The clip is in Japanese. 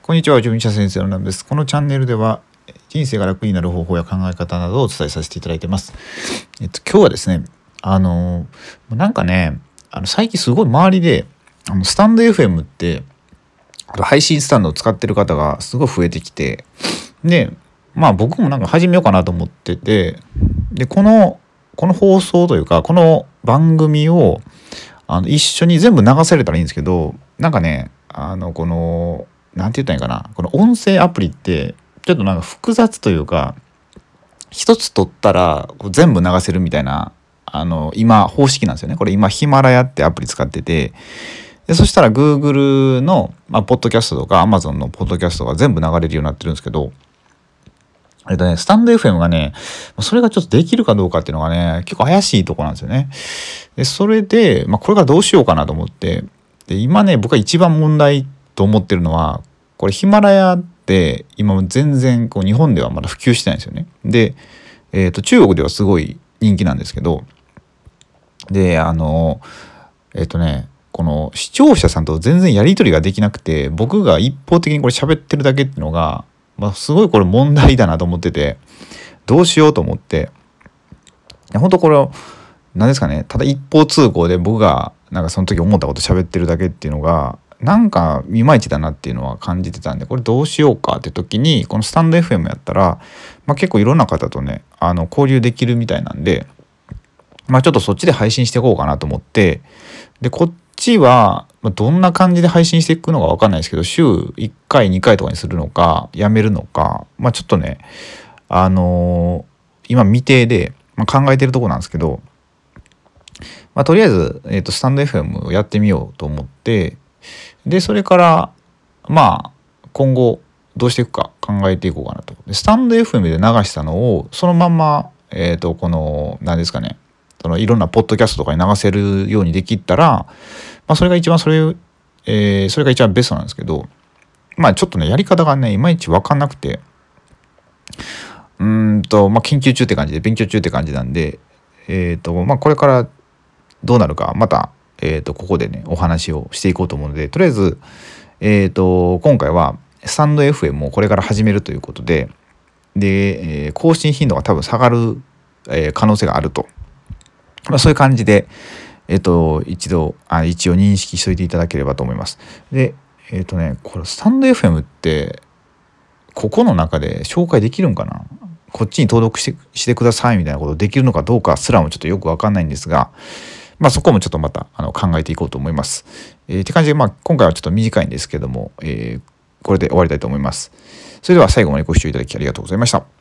こんにちは、純一先生の南です。このチャンネルでは人生が楽になる方法や考え方などをお伝えさせていただいています。今日はですね、なんかね、最近すごい周りでスタンド FM って配信スタンドを使ってる方がすごい増えてきて、で、僕もなんか始めようかなと思ってて、でこの放送というかこの番組を一緒に全部流されたらいいんですけど、なんかね、なんて言ったらいいかな、この音声アプリってちょっとなんか複雑というか、一つ取ったら全部流せるみたいな今方式なんですよね。これ今ヒマラヤってアプリ使ってて、でそしたら Google の、ポッドキャストとか Amazon のポッドキャストが全部流れるようになってるんですけど、スタンド FM がね、それがちょっとできるかどうかっていうのがね、結構怪しいとこなんですよね。でそれで、これからどうしようかなと思って、で今ね、僕が一番問題と思ってるのは、これヒマラヤって今全然日本ではまだ普及してないんですよね。で、中国ではすごい人気なんですけど、でこの視聴者さんと全然やり取りができなくて、僕が一方的にこれ喋ってるだけっていうのが、すごいこれ問題だなと思ってて、どうしようと思って、本当これ何ですかね、ただ一方通行で僕がなんかその時思ったこと喋ってるだけっていうのがなんかいまいちだなっていうのは感じてたんで、これどうしようかって時に、このスタンド FM やったら、結構いろんな方とね交流できるみたいなんで、ちょっとそっちで配信していこうかなと思って、でこっちはどんな感じで配信していくのか分かんないですけど、週1回2回とかにするのかやめるのか、ちょっとね今未定で、考えてるとこなんですけど、とりあえず、スタンド FM をやってみようと思って、でそれから今後どうしていくか考えていこうかなと。でスタンド FM で流したのをそのまんまこの何ですかね、そのいろんなポッドキャストとかに流せるようにできたら、それが一番それが一番ベストなんですけど、ちょっとねやり方がねいまいち分かんなくて、研究中って感じで、勉強中って感じなんで、これからどうなるかまたここでねお話をしていこうと思うので、とりあえず今回はスタンド FM をこれから始めるということで、更新頻度が多分下がる、可能性があると、そういう感じで一応認識しておいていただければと思います。でこれスタンド FM ってここの中で紹介できるんかな、こっちに登録してくださいみたいなことできるのかどうかすらもちょっとよく分かんないんですが、そこもちょっとまた考えていこうと思います。って感じで、今回はちょっと短いんですけども、これで終わりたいと思います。それでは最後までご視聴いただきありがとうございました。